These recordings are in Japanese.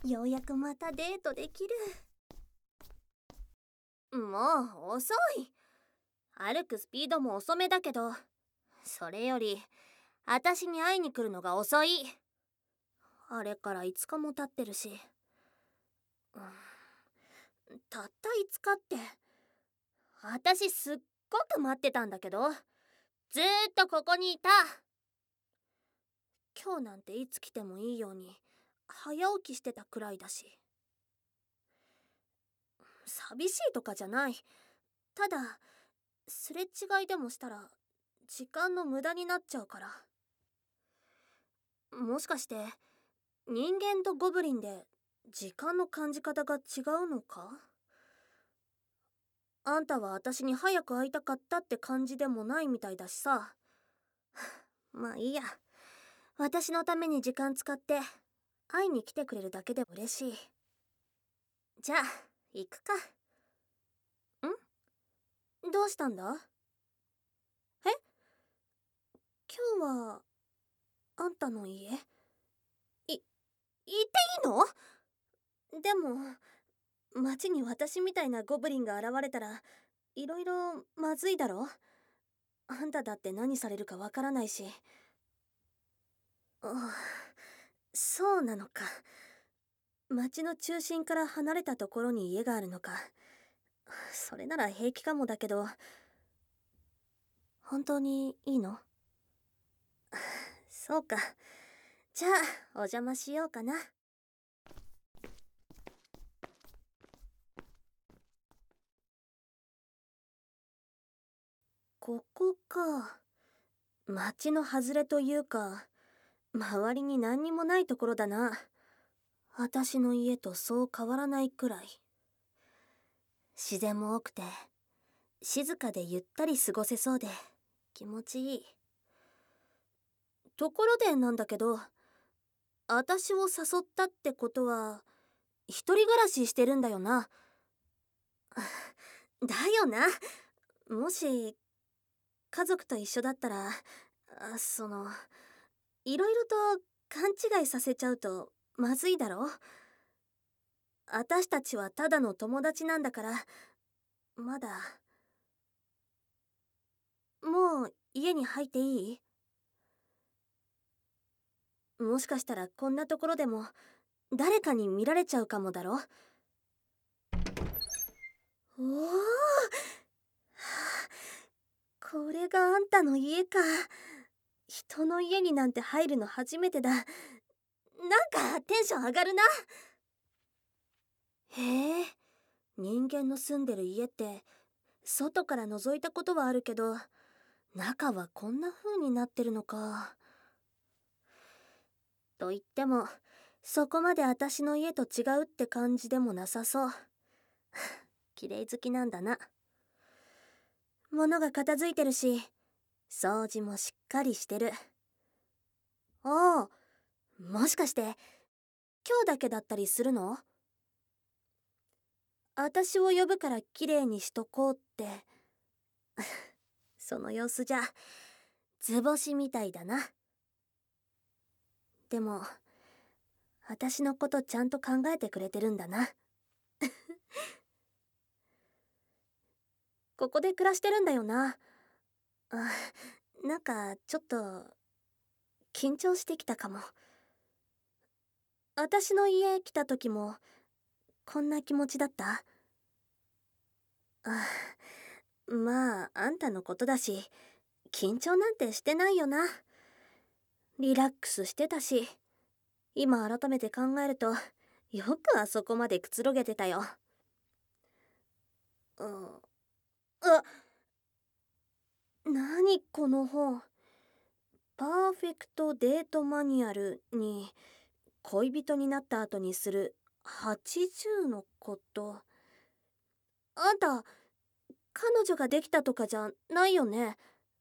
ようやくまたデートできる。もう遅い。歩くスピードも遅めだけど、それより私に会いに来るのが遅い。あれから5日も経ってるし、たった5日って私すっごく待ってたんだけど、ずーっとここにいた。今日なんていつ来てもいいように早起きしてたくらいだし。寂しいとかじゃない。ただすれ違いでもしたら時間の無駄になっちゃうから。もしかして人間とゴブリンで時間の感じ方が違うのか？あんたは私に早く会いたかったって感じでもないみたいだしさ。まあいいや。私のために時間使って会いに来てくれるだけでも嬉しい。じゃあ行くか。どうしたんだ？え？今日はあんたの家？行っていいの？でも街に私みたいなゴブリンが現れたらいろいろまずいだろ？あんただって何されるかわからないし。そうなのか。街の中心から離れたところに家があるのか。それなら平気かもだけど、本当にいいの？そうか。じゃあお邪魔しようかな。ここか。街の外れというか、周りに何にもないところだな。私の家とそう変わらないくらい。自然も多くて静かでゆったり過ごせそうで気持ちいい。ところでなんだけど、私を誘ったってことは一人暮らししてるんだよな？だよな。もし家族と一緒だったら、いろいろと勘違いさせちゃうとまずいだろ？私たちはただの友達なんだから。まだ。もう家に入っていい？もしかしたらこんなところでも誰かに見られちゃうかもだろ？おお、はあ、これがあんたの家か。人の家になんて入るの初めてだ。なんかテンション上がるな。へえ、人間の住んでる家って外から覗いたことはあるけど、中はこんな風になってるのか。と言ってもそこまで私の家と違うって感じでもなさそう。綺麗好きなんだな。物が片付いてるし掃除もしっかりしてる。ああ、もしかして今日だけだったりするの？私を呼ぶから綺麗にしとこうってその様子じゃ図星みたいだな。でも私のことちゃんと考えてくれてるんだな。ここで暮らしてるんだよな。なんかちょっと緊張してきたかも。私の家来た時もこんな気持ちだった？まああんたのことだし緊張なんてしてないよな。リラックスしてたし、今改めて考えるとよくあそこまでくつろげてたよ。何この本。パーフェクトデートマニュアルに恋人になった後にする80のこと。あんた彼女ができたとかじゃないよね？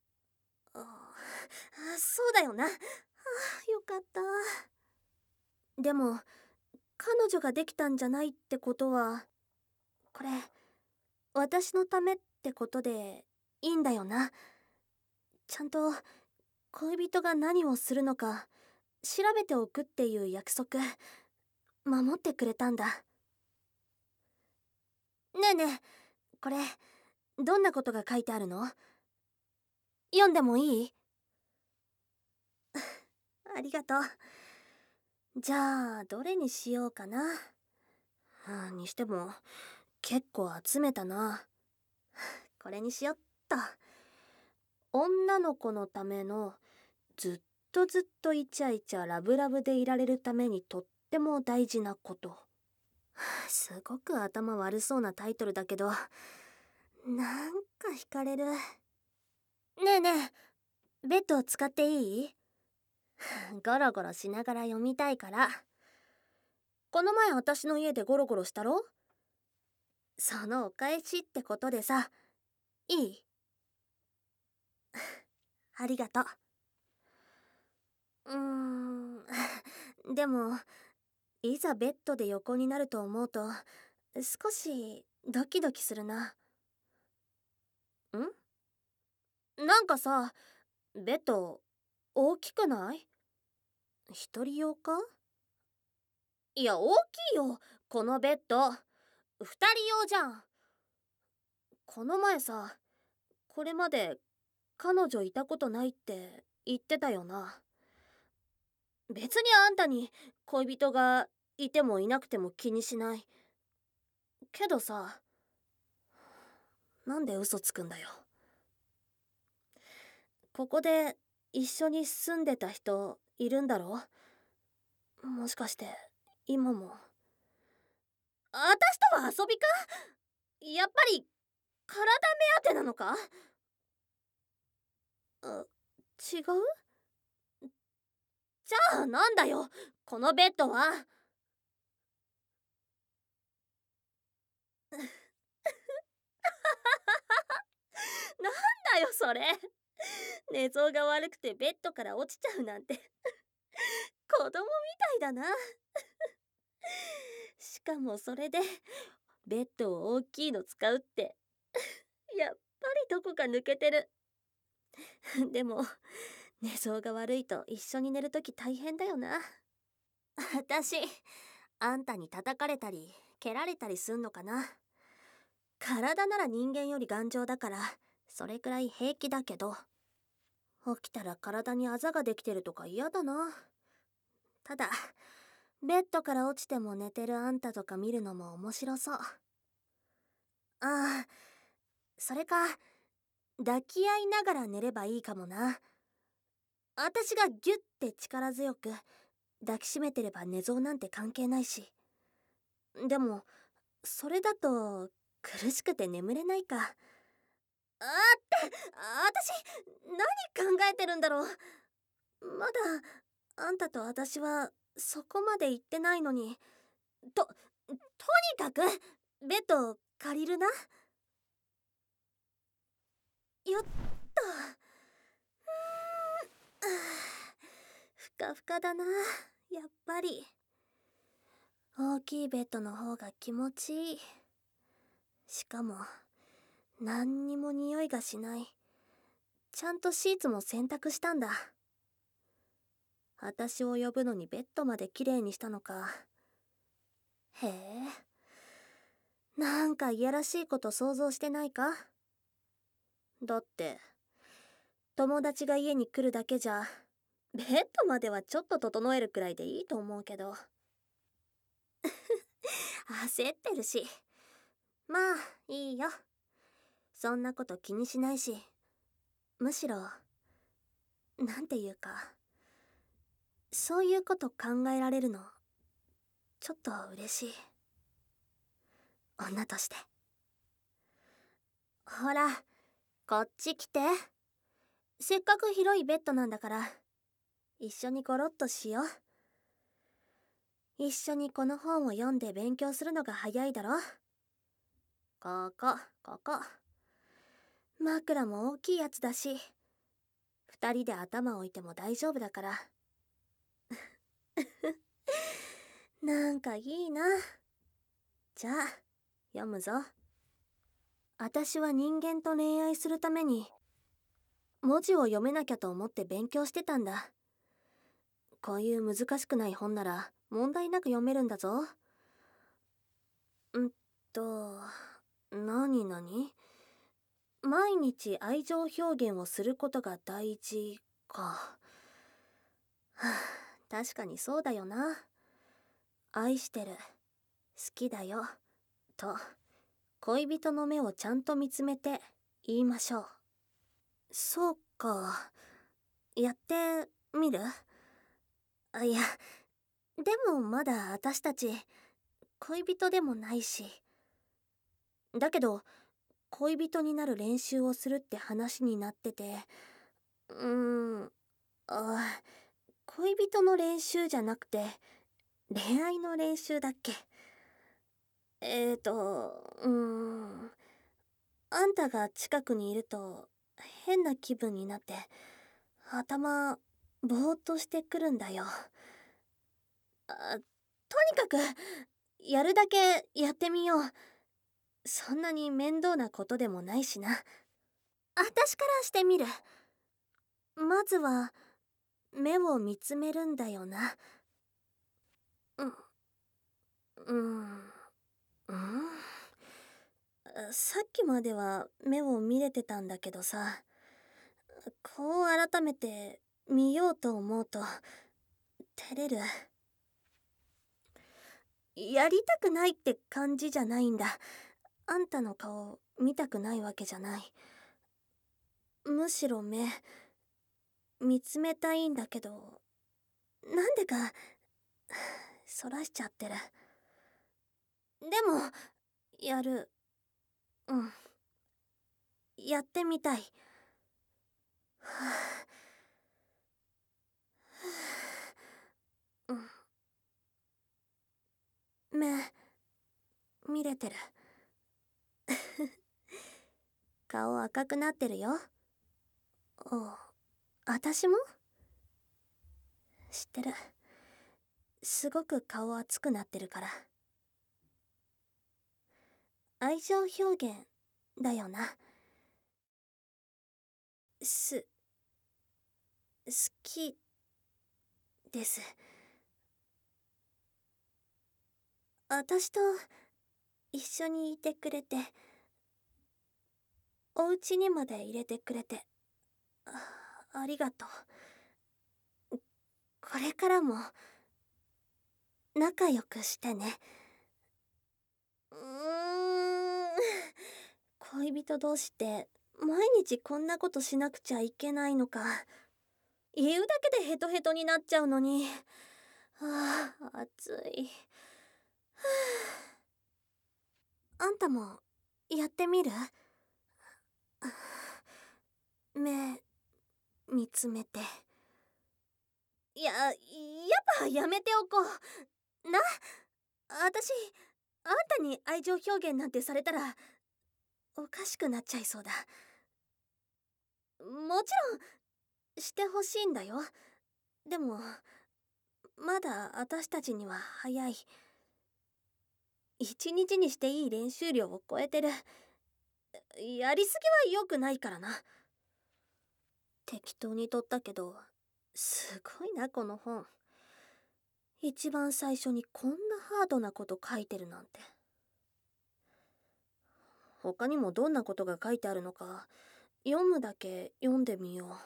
そうだよな。よかった。でも彼女ができたんじゃないってことは、これ私のためってことでいいんだよな？ちゃんと恋人が何をするのか調べておくっていう約束守ってくれたんだ。ねえねえ、これどんなことが書いてあるの？読んでもいい？ありがとう。じゃあどれにしようかな。にしても結構集めたな。これにしよっと。女の子のためのずっとずっとイチャイチャラブラブでいられるためにとっても大事なこと。すごく頭悪そうなタイトルだけど、なんか惹かれる。ねえねえ、ベッドを使っていい？ゴロゴロしながら読みたいから。この前私の家でゴロゴロしたろ？そのお返しってことでさ、いい？ありがとう。でもいざベッドで横になると思うと少しドキドキするな。なんかさ、ベッド大きくない？一人用か？いや、大きいよ、このベッド。二人用じゃん。この前さ、これまで彼女いたことないって言ってたよな。別にあんたに恋人がいてもいなくても気にしない。けどさ、なんで嘘つくんだよ。ここで一緒に住んでた人いるんだろ？もしかして今も。私とは遊びか？やっぱり体目当てなのか？違う？じゃあなんだよ、このベッドは。なんだよそれ。寝相が悪くてベッドから落ちちゃうなんて子供みたいだな。しかもそれでベッドを大きいの使うってやっぱりどこか抜けてる。でも寝相が悪いと一緒に寝るとき大変だよな。私あんたに叩かれたり蹴られたりすんのかな。体なら人間より頑丈だからそれくらい平気だけど、起きたら体にあざができてるとか嫌だな。ただベッドから落ちても寝てるあんたとか見るのも面白そう。ああ、それか抱き合いながら寝ればいいかもな。私がギュッて力強く抱きしめてれば寝相なんて関係ないし。でもそれだと苦しくて眠れないか。私何考えてるんだろう。まだあんたと私はそこまで行ってないのに。とにかくベッド借りるな。よっと。ふかふかだな、やっぱり。大きいベッドの方が気持ちいい。しかも何にも匂いがしない。ちゃんとシーツも洗濯したんだ。私を呼ぶのにベッドまできれいにしたのか。へえ、なんかいやらしいこと想像してないか？だって友達が家に来るだけじゃベッドまではちょっと整えるくらいでいいと思うけど。焦ってるし。まあいいよ、そんなこと気にしないし。むしろなんていうか、そういうこと考えられるのちょっと嬉しい、女として。ほらこっち来て。せっかく広いベッドなんだから一緒にゴロッとしよう。一緒にこの本を読んで勉強するのが早いだろ。ここ枕も大きいやつだし二人で頭を置いても大丈夫だから。なんかいいな。じゃあ読むぞ。私は人間と恋愛するために文字を読めなきゃと思って勉強してたんだ。こういう難しくない本なら問題なく読めるんだぞ。と、何毎日愛情表現をすることが大事か。はあ、確かにそうだよな。愛してる、好きだよ、と、恋人の目をちゃんと見つめて言いましょう。そうか。やってみる？いや、でもまだ私たち、恋人でもないし。だけど、恋人になる練習をするって話になってて、あ、恋人の練習じゃなくて、恋愛の練習だっけ？あんたが近くにいると変な気分になって頭ぼーっとしてくるんだよ。とにかくやるだけやってみよう。そんなに面倒なことでもないしな。私からしてみる。まずは目を見つめるんだよな。うん、さっきまでは目を見れてたんだけどさ、こう改めて見ようと思うと照れる。やりたくないって感じじゃないんだ。あんたの顔見たくないわけじゃない。むしろ目見つめたいんだけど、なんでかそらしちゃってる。でもやる。やってみたい。目見れてる。顔赤くなってるよ。私も知ってる。すごく顔熱くなってるから。愛情表現だよな。好きです。私と一緒にいてくれて、お家にまで入れてくれて、ありがとう。これからも仲良くしてね。恋人同士って毎日こんなことしなくちゃいけないのか。言うだけでヘトヘトになっちゃうのに。暑い。あんたもやってみる？目見つめて。やっぱやめておこう。私、あんたに愛情表現なんてされたら、おかしくなっちゃいそうだ。もちろん、してほしいんだよ。でも、まだ私たちには早い。一日にしていい練習量を超えてる。やりすぎは良くないからな。適当に撮ったけど、すごいなこの本。一番最初にこんなハードなこと書いてるなんて。他にもどんなことが書いてあるのか読むだけ読んでみよ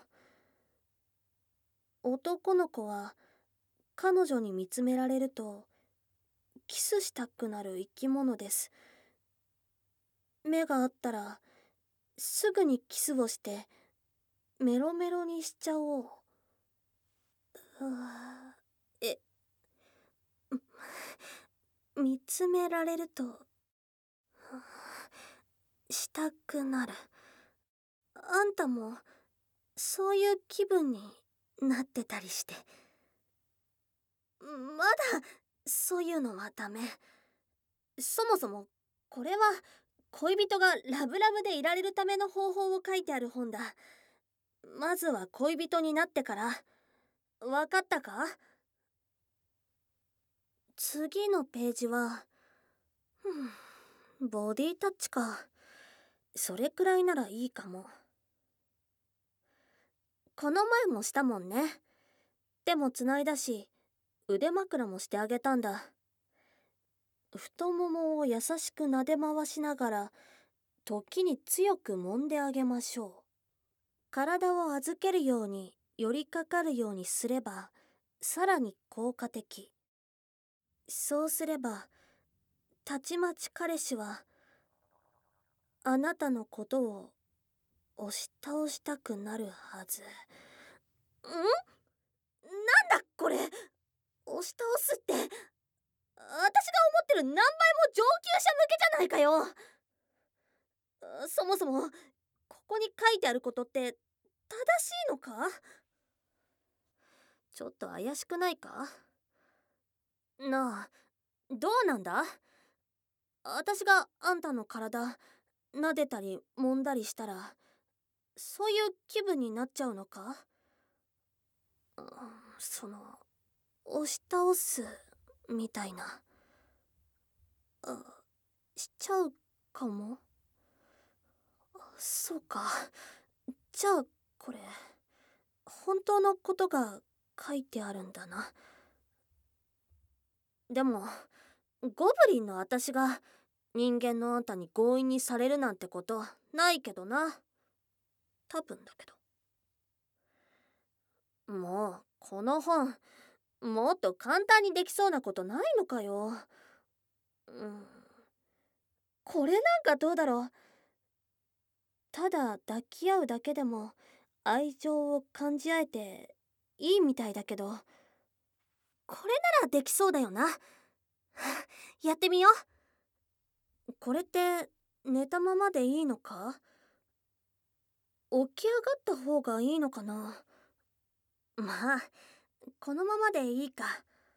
う。男の子は彼女に見つめられるとキスしたくなる生き物です。目があったらすぐにキスをしてメロメロにしちゃおう。え、見つめられるとしたくなる。あんたもそういう気分になってたりして。まだそういうのはダメ。そもそもこれは恋人がラブラブでいられるための方法を書いてある本だ。まずは恋人になってから。わかったか？次のページはボディタッチか。それくらいならいいかも。この前もしたもんね。手もつないだし腕枕もしてあげたんだ。太ももを優しく撫で回しながら、時に強く揉んであげましょう。体を預けるように寄りかかるようにすればさらに効果的。そうすればたちまち彼氏はあなたのことを押し倒したくなるはず。なんだこれ、押し倒すって私が思ってる何倍も上級者向けじゃないかよ。そもそもここに書いてあることって正しいのか？ちょっと怪しくないか？なあ、どうなんだ？私があんたの体撫でたり揉んだりしたらそういう気分になっちゃうのか？うん、その押し倒すみたいな、しちゃうかも。そうか。じゃあこれ本当のことが書いてあるんだな。でもゴブリンの私が人間のあんたに強引にされるなんてことないけどな。多分だけど。もうこの本もっと簡単にできそうなことないのかよ。これなんかどうだろう。ただ抱き合うだけでも愛情を感じ合えていいみたいだけど、これならできそうだよな。やってみよう。これって寝たままでいいのか？起き上がった方がいいのかな？まあこのままでいいか。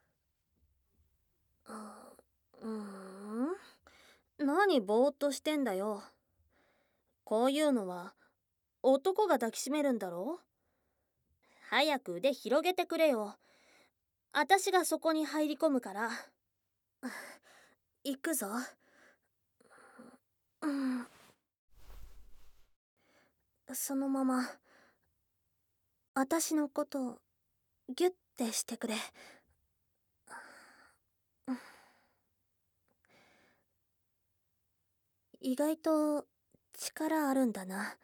うーん、何ぼーっとしてんだよ。こういうのは男が抱きしめるんだろ？早く腕広げてくれよ。私がそこに入り込むから。行くぞ。そのまま私のことをギュッてしてくれ。意外と力あるんだな。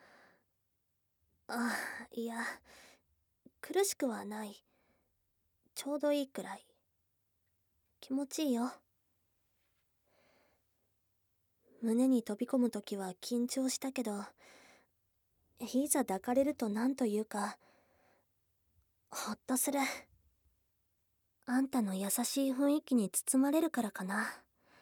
いや、苦しくはない。ちょうどいいくらい気持ちいいよ。胸に飛び込むときは緊張したけど、いざ抱かれるとなんというかほっとする。あんたの優しい雰囲気に包まれるからかな。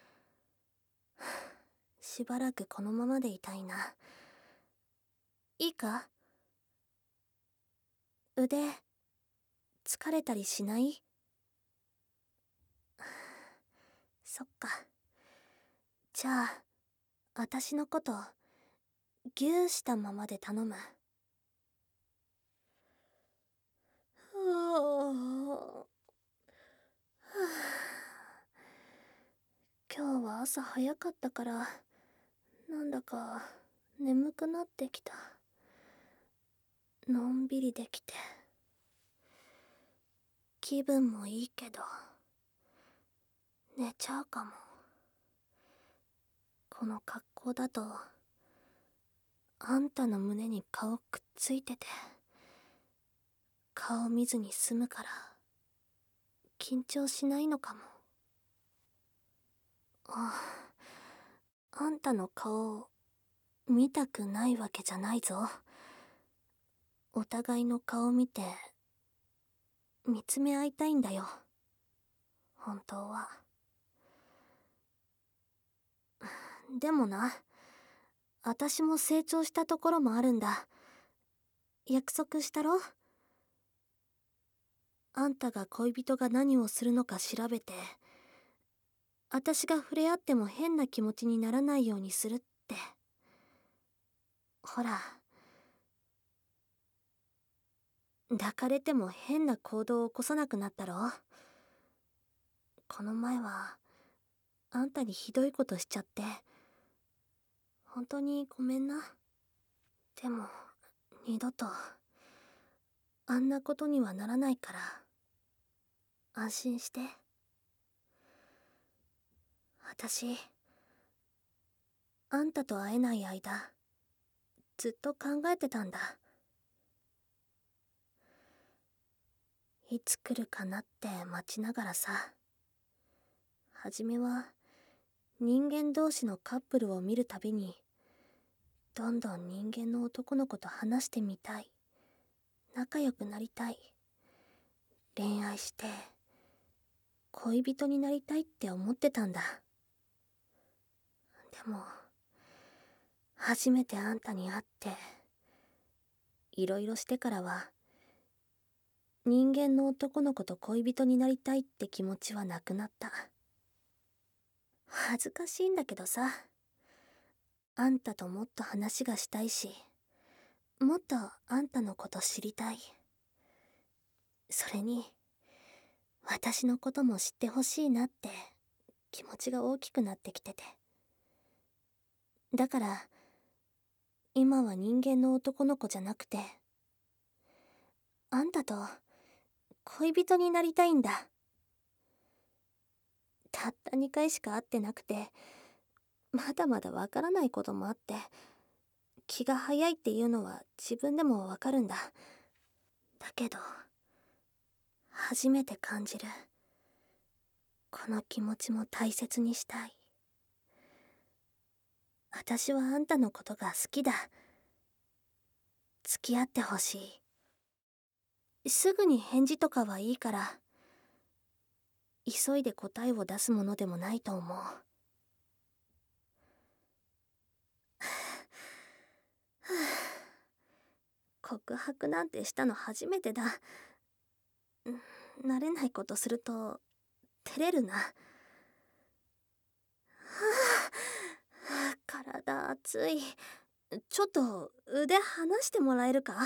しばらくこのままでいたいな。いいか？腕疲れたりしない？そっか。じゃあ私のことギューしたままで頼む。今日は朝早かったからなんだか眠くなってきた。のんびりできて気分もいいけど寝ちゃうかも。この格好だとあんたの胸に顔くっついてて顔見ずに済むから緊張しないのかも。あんたの顔見たくないわけじゃないぞ。お互いの顔見て見つめ合いたいんだよ本当は。でもな、私も成長したところもあるんだ。約束したろ？あんたが恋人が何をするのか調べて私が触れ合っても変な気持ちにならないようにするって。ほら、抱かれても変な行動を起こさなくなったろ。この前はあんたにひどいことしちゃって本当にごめんな。でも二度とあんなことにはならないから安心して。私、あんたと会えない間、ずっと考えてたんだ。いつ来るかなって待ちながらさ。はじめは人間同士のカップルを見るたびに、どんどん人間の男の子と話してみたい、仲良くなりたい、恋愛して恋人になりたいって思ってたんだ。でも初めてあんたに会っていろいろしてからは、人間の男の子と恋人になりたいって気持ちはなくなった。恥ずかしいんだけどさ、あんたともっと話がしたいし、もっとあんたのこと知りたい。それに私のことも知ってほしいなって気持ちが大きくなってきてて。だから今は人間の男の子じゃなくて、あんたと恋人になりたいんだ。たった2回しか会ってなくて、まだまだわからないこともあって、気が早いっていうのは自分でもわかるんだ。だけど初めて感じるこの気持ちも大切にしたい。私はあんたのことが好きだ。付き合ってほしい。すぐに返事とかはいいから、急いで答えを出すものでもないと思う。告白なんてしたの初めてだ。慣れないことすると照れるな。体熱い。ちょっと腕離してもらえるか。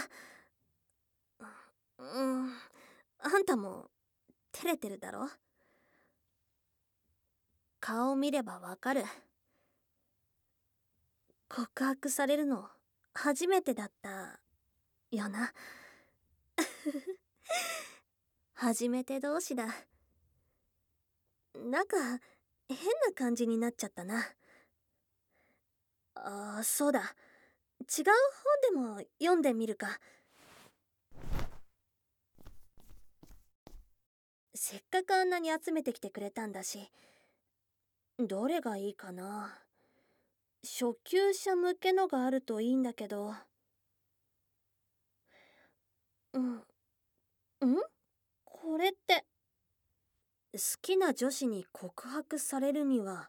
あんたも照れてるだろ。顔見ればわかる。告白されるの初めてだったよな。初めて同士だ。なんか変な感じになっちゃったな。そうだ。違う本でも読んでみるか。せっかくあんなに集めてきてくれたんだし、どれがいいかな。初級者向けのがあるといいんだけど。これって好きな女子に告白されるには、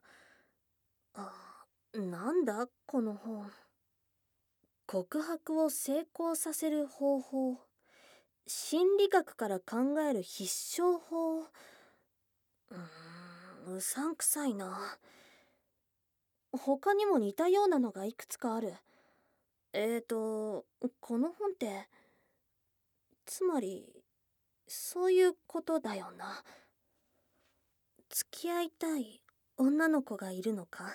なんだこの本。告白を成功させる方法、心理学から考える必勝法。うさんくさいな。他にも似たようなのがいくつかある。この本ってつまりそういうことだよな。付き合いたい女の子がいるのか。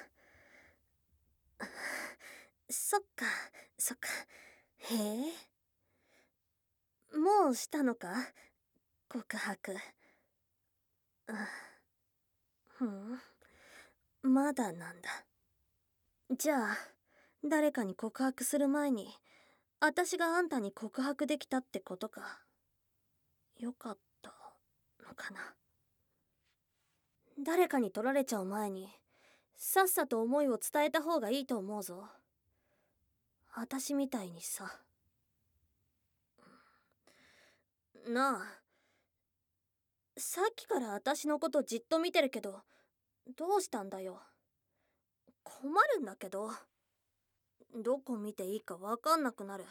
そっかそっか。へえ、もうしたのか、告白。ふん、まだなんだ。じゃあ誰かに告白する前に私があんたに告白できたってことか。よかったのかな。誰かに取られちゃう前にさっさと思いを伝えた方がいいと思うぞ。私みたいにさ。なあ、さっきから私のことじっと見てるけど、どうしたんだよ。困るんだけど、どこ見ていいかわかんなくなる。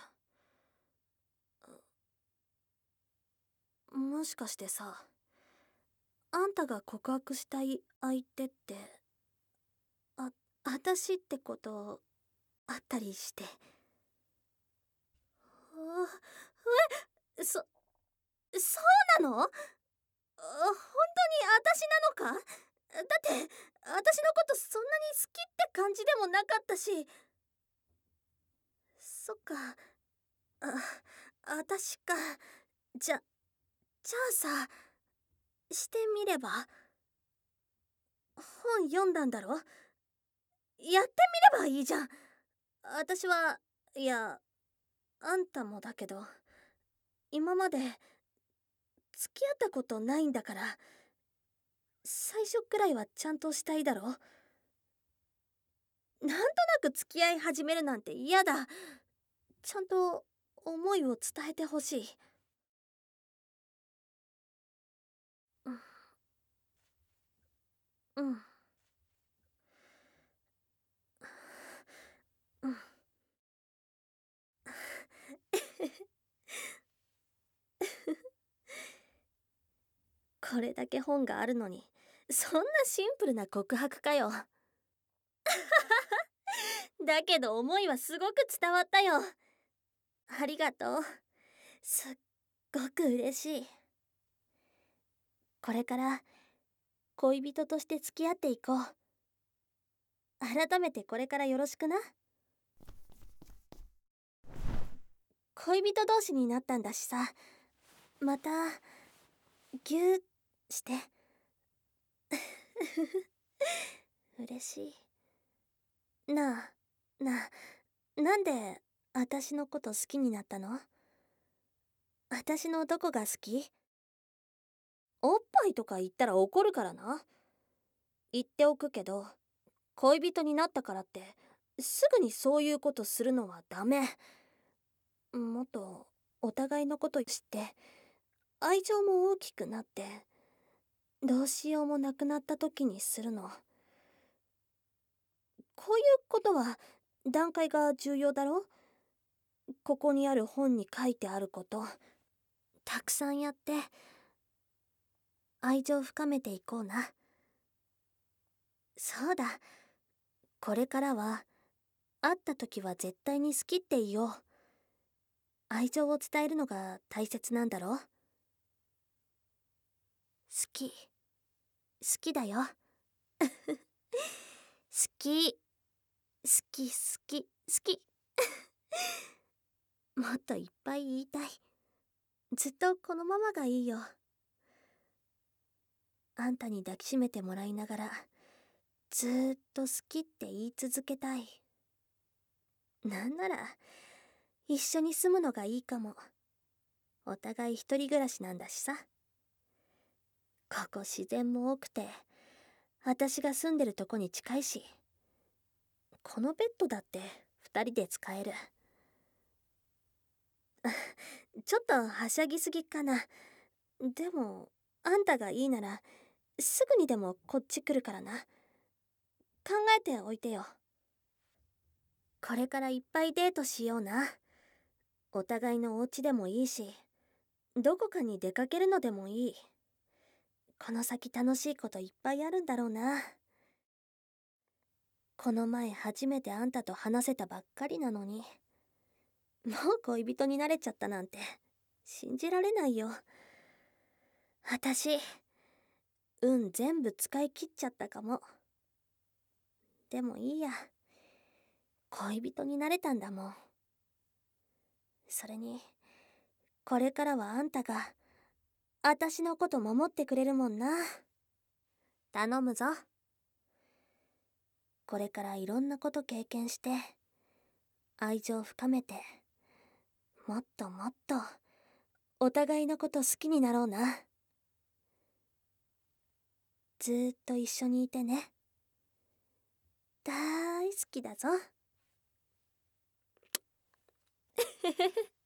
もしかしてさ、あんたが告白したい相手って、あ、私ってことあったりして。そうなの？本当に私なのか？だって私のことそんなに好きって感じでもなかったし。そっか。あ、私か。じゃあさ、 してみれば。本読んだんだろ。やってみればいいじゃん。私は、いや、あんたもだけど、今まで付き合ったことないんだから、最初くらいはちゃんとしたいだろ。なんとなく付き合い始めるなんて嫌だ。ちゃんと思いを伝えてほしい。うん。うん。これだけ本があるのに、そんなシンプルな告白かよ。だけど思いはすごく伝わったよ。ありがとう。すっごく嬉しい。これから恋人として付き合っていこう。改めてこれからよろしくな。恋人同士になったんだしさ。またぎゅーして。嬉しい。なんで私のこと好きになったの？私のどこが好き？おっぱいとか言ったら怒るからな。言っておくけど、恋人になったからってすぐにそういうことするのはダメ。もっとお互いのこと知って愛情も大きくなって、どうしようもなくなった時にするの。こういうことは段階が重要だろ。ここにある本に書いてあることたくさんやって愛情深めていこうな。そうだ、これからは会った時は絶対に好きって言おう。愛情を伝えるのが大切なんだろ。好き、好きだよ。好き、好き、好き、好き。もっといっぱい言いたい。ずっとこのままがいいよ。あんたに抱きしめてもらいながらずーっと好きって言い続けたい。なんなら一緒に住むのがいいかも。お互い一人暮らしなんだしさ。ここ自然も多くて私が住んでるとこに近いし、このベッドだって二人で使える。ちょっとはしゃぎすぎかな。でもあんたがいいならすぐにでもこっち来るからな。考えておいてよ。これからいっぱいデートしような。お互いのお家でもいいし、どこかに出かけるのでもいい。この先楽しいこといっぱいあるんだろうな。この前初めてあんたと話せたばっかりなのに、もう恋人になれちゃったなんて信じられないよ。私全部使い切っちゃったかも。でもいいや、恋人になれたんだもん。それにこれからはあんたが私のこと守ってくれるもんな。頼むぞ。これからいろんなこと経験して愛情深めて、もっともっとお互いのこと好きになろうな。ずーっと一緒にいてね。大好きだぞ。